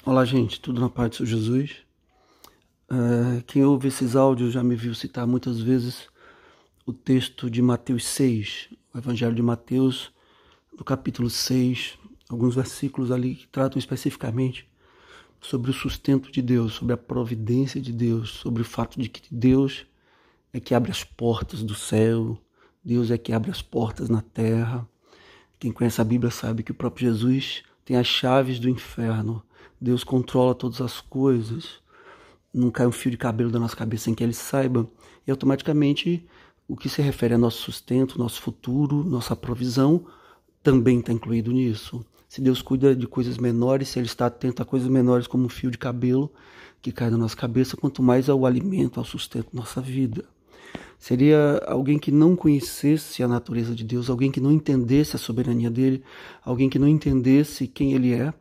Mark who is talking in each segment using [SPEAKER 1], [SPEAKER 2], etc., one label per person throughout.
[SPEAKER 1] Olá, gente, tudo na paz do Senhor Jesus. Quem ouve esses áudios já me viu citar muitas vezes o texto de Mateus 6, o Evangelho de Mateus, no capítulo 6, alguns versículos ali que tratam especificamente sobre o sustento de Deus, sobre a providência de Deus, sobre o fato de que Deus é que abre as portas do céu, Deus é que abre as portas na terra. Quem conhece a Bíblia sabe que o próprio Jesus tem as chaves do inferno. Deus controla todas as coisas. Não cai um fio de cabelo da nossa cabeça sem que Ele saiba. E automaticamente o que se refere a nosso sustento, nosso futuro, nossa provisão, também está incluído nisso. Se Deus cuida de coisas menores, se Ele está atento a coisas menores como um fio de cabelo que cai da nossa cabeça, quanto mais ao alimento, ao sustento da nossa vida. Seria alguém que não conhecesse a natureza de Deus, alguém que não entendesse a soberania dele, alguém que não entendesse quem ele é.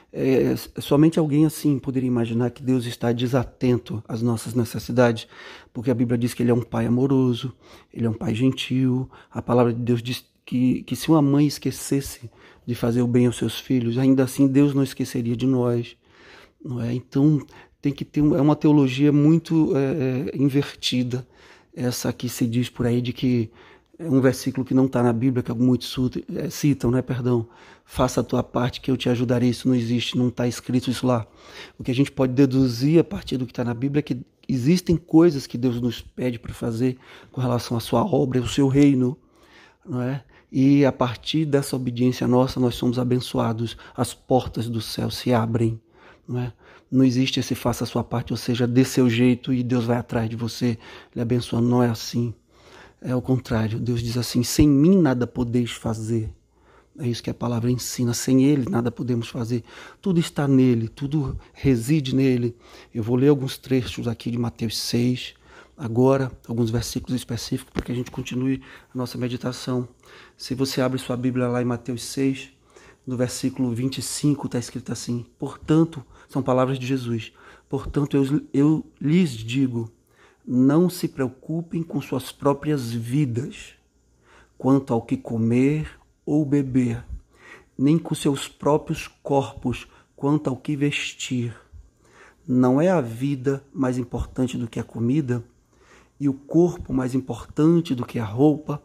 [SPEAKER 1] Somente alguém assim poderia imaginar que Deus está desatento às nossas necessidades, porque a Bíblia diz que ele é um pai amoroso, ele é um pai gentil. A palavra de Deus diz que se uma mãe esquecesse de fazer o bem aos seus filhos, ainda assim Deus não esqueceria de nós. Não é? Então tem que ter uma teologia muito invertida, essa que se diz por aí de que é um versículo que não está na Bíblia, que muitos citam, né? Perdão. Faça a tua parte que eu te ajudarei. Isso não existe, não está escrito isso lá. O que a gente pode deduzir a partir do que está na Bíblia é que existem coisas que Deus nos pede para fazer com relação à sua obra, ao seu reino, não é? E a partir dessa obediência nossa, nós somos abençoados. As portas do céu se abrem, não é? Não existe esse faça a sua parte, ou seja, dê seu jeito e Deus vai atrás de você, lhe abençoando. Não é assim. É o contrário. Deus diz assim: sem mim nada podeis fazer. É isso que a palavra ensina. Sem Ele nada podemos fazer. Tudo está nele, tudo reside nele. Eu vou ler alguns trechos aqui de Mateus 6, agora, alguns versículos específicos, para que a gente continue a nossa meditação. Se você abre sua Bíblia lá em Mateus 6, no versículo 25, está escrito assim: portanto, são palavras de Jesus, portanto eu lhes digo, não se preocupem com suas próprias vidas, quanto ao que comer ou beber, nem com seus próprios corpos, quanto ao que vestir. Não é a vida mais importante do que a comida, e o corpo mais importante do que a roupa?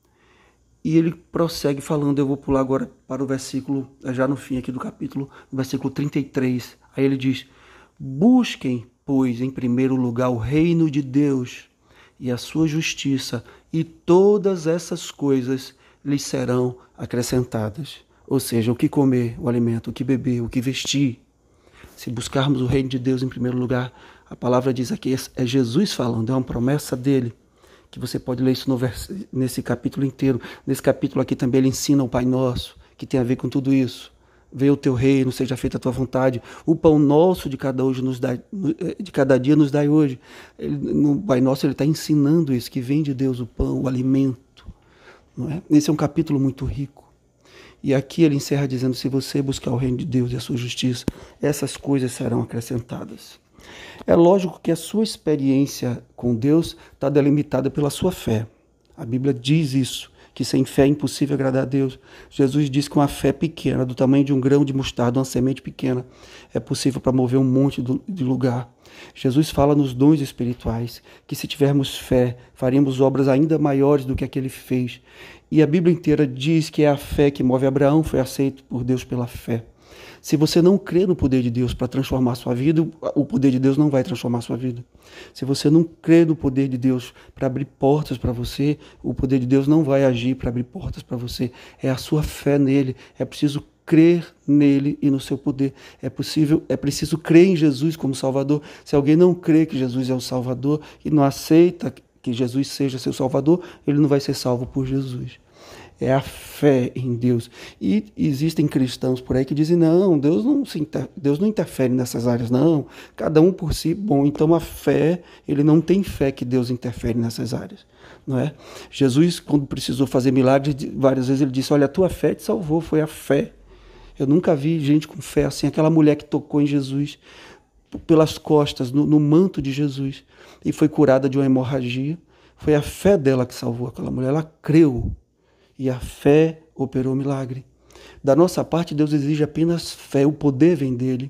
[SPEAKER 1] E ele prossegue falando, eu vou pular agora para o versículo, já no fim aqui do capítulo, no versículo 33. Aí ele diz: busquem, pois, em primeiro lugar o reino de Deus e a sua justiça, e todas essas coisas lhes serão acrescentadas. Ou seja, o que comer, o alimento, o que beber, o que vestir. Se buscarmos o reino de Deus em primeiro lugar, a palavra diz aqui, é Jesus falando, é uma promessa dele, que você pode ler isso nesse capítulo inteiro. Nesse capítulo aqui também ele ensina o Pai Nosso, que tem a ver com tudo isso. Venha o teu reino, seja feita a tua vontade. O pão nosso de cada dia nos dai hoje. No Pai Nosso ele está ensinando isso, que vem de Deus o pão, o alimento. Não é? Esse é um capítulo muito rico. E aqui ele encerra dizendo, se você buscar o reino de Deus e a sua justiça, essas coisas serão acrescentadas. É lógico que a sua experiência com Deus está delimitada pela sua fé. A Bíblia diz isso, que sem fé é impossível agradar a Deus. Jesus diz que uma fé pequena, do tamanho de um grão de mostarda, uma semente pequena, é possível para mover um monte de lugar. Jesus fala nos dons espirituais, que se tivermos fé, faríamos obras ainda maiores do que a que ele fez. E a Bíblia inteira diz que é a fé que move Abraão, foi aceito por Deus pela fé. Se você não crê no poder de Deus para transformar a sua vida, o poder de Deus não vai transformar a sua vida. Se você não crê no poder de Deus para abrir portas para você, o poder de Deus não vai agir para abrir portas para você. É a sua fé nele. É preciso crer nele e no seu poder. É preciso crer em Jesus como Salvador. Se alguém não crê que Jesus é o Salvador e não aceita que Jesus seja seu Salvador, ele não vai ser salvo por Jesus. É a fé em Deus. E existem cristãos por aí que dizem, não, Deus não interfere nessas áreas, não. Cada um por si. Bom, então a fé, ele não tem fé que Deus interfere nessas áreas. Não é? Jesus, quando precisou fazer milagres, várias vezes ele disse, olha, a tua fé te salvou, foi a fé. Eu nunca vi gente com fé assim, aquela mulher que tocou em Jesus pelas costas, no manto de Jesus, e foi curada de uma hemorragia. Foi a fé dela que salvou aquela mulher, ela creu. E a fé operou o milagre. Da nossa parte, Deus exige apenas fé, o poder vem dele.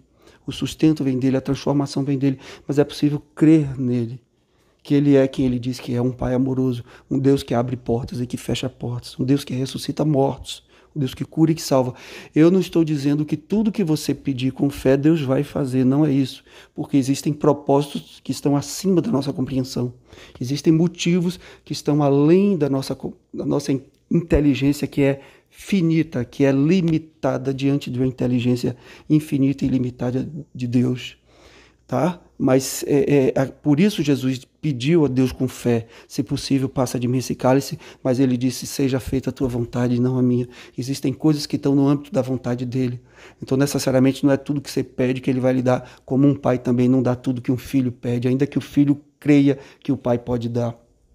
[SPEAKER 1] o sustento vem dele, a transformação vem dele, mas é possível crer nele, que ele é quem ele diz que é, um Pai amoroso, um Deus que abre portas e que fecha portas, um Deus que ressuscita mortos, um Deus que cura e que salva. Eu não estou dizendo que tudo que você pedir com fé, Deus vai fazer, não é isso, porque existem propósitos que estão acima da nossa compreensão, existem motivos que estão além da nossa inteligência, que é finita, que é limitada diante de uma inteligência infinita e limitada de Deus. Tá? Mas por isso Jesus pediu a Deus com fé, se possível, passa de mim esse cálice, mas ele disse, seja feita a tua vontade e não a minha. Existem coisas que estão no âmbito da vontade dele. Então, necessariamente, não é tudo que você pede que ele vai lhe dar, como um pai também não dá tudo que um filho pede, ainda que o filho creia que o pai pode dar.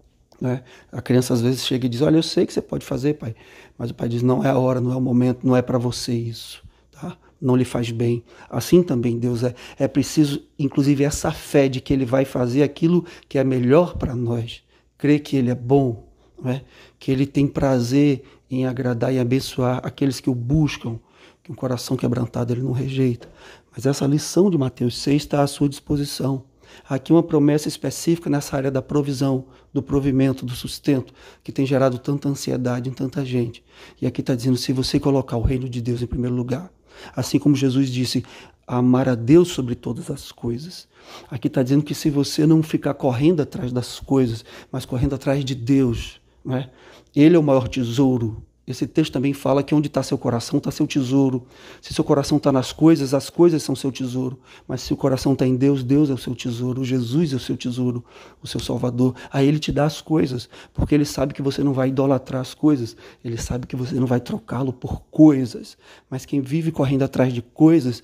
[SPEAKER 1] Né? A criança às vezes chega e diz, olha, eu sei que você pode fazer, pai, mas o pai diz, não é a hora, não é o momento, não é para você isso, tá? Não lhe faz bem. Assim também Deus é. É preciso, inclusive, essa fé de que ele vai fazer aquilo que é melhor para nós, crer que ele é bom, né? Que ele tem prazer em agradar e abençoar aqueles que o buscam, que um coração quebrantado ele não rejeita. Mas essa lição de Mateus 6 está à sua disposição. Aqui uma promessa específica nessa área da provisão, do provimento, do sustento, que tem gerado tanta ansiedade em tanta gente. E aqui está dizendo, se você colocar o reino de Deus em primeiro lugar, assim como Jesus disse, amar a Deus sobre todas as coisas. Aqui está dizendo que se você não ficar correndo atrás das coisas, mas correndo atrás de Deus, né? Ele é o maior tesouro. Esse texto também fala que onde está seu coração, está seu tesouro. Se seu coração está nas coisas, as coisas são seu tesouro. Mas se o coração está em Deus, Deus é o seu tesouro. Jesus é o seu tesouro, o seu Salvador. Aí ele te dá as coisas, porque ele sabe que você não vai idolatrar as coisas. Ele sabe que você não vai trocá-lo por coisas. Mas quem vive correndo atrás de coisas,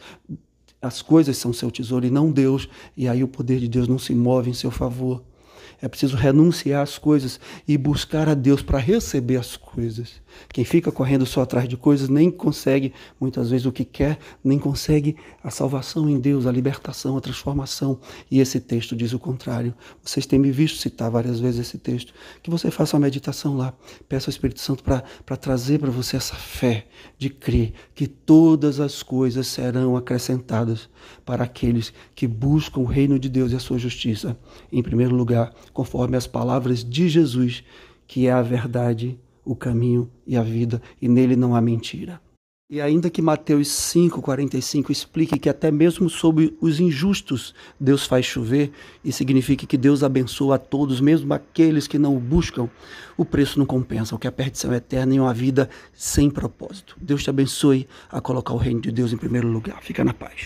[SPEAKER 1] as coisas são seu tesouro e não Deus. E aí o poder de Deus não se move em seu favor. É preciso renunciar às coisas e buscar a Deus para receber as coisas. Quem fica correndo só atrás de coisas nem consegue, muitas vezes, o que quer, nem consegue a salvação em Deus, a libertação, a transformação. E esse texto diz o contrário. Vocês têm me visto citar várias vezes esse texto. Que você faça uma meditação lá. Peça ao Espírito Santo para trazer para você essa fé de crer que todas as coisas serão acrescentadas para aqueles que buscam o reino de Deus e a sua justiça. Em primeiro lugar, conforme as palavras de Jesus, que é a verdade, o caminho e a vida, e nele não há mentira. E ainda que Mateus 5,45 explique que até mesmo sobre os injustos Deus faz chover, e significa que Deus abençoa a todos, mesmo aqueles que não o buscam, o preço não compensa, o que é a perdição eterna e uma vida sem propósito. Deus te abençoe a colocar o reino de Deus em primeiro lugar. Fica na paz.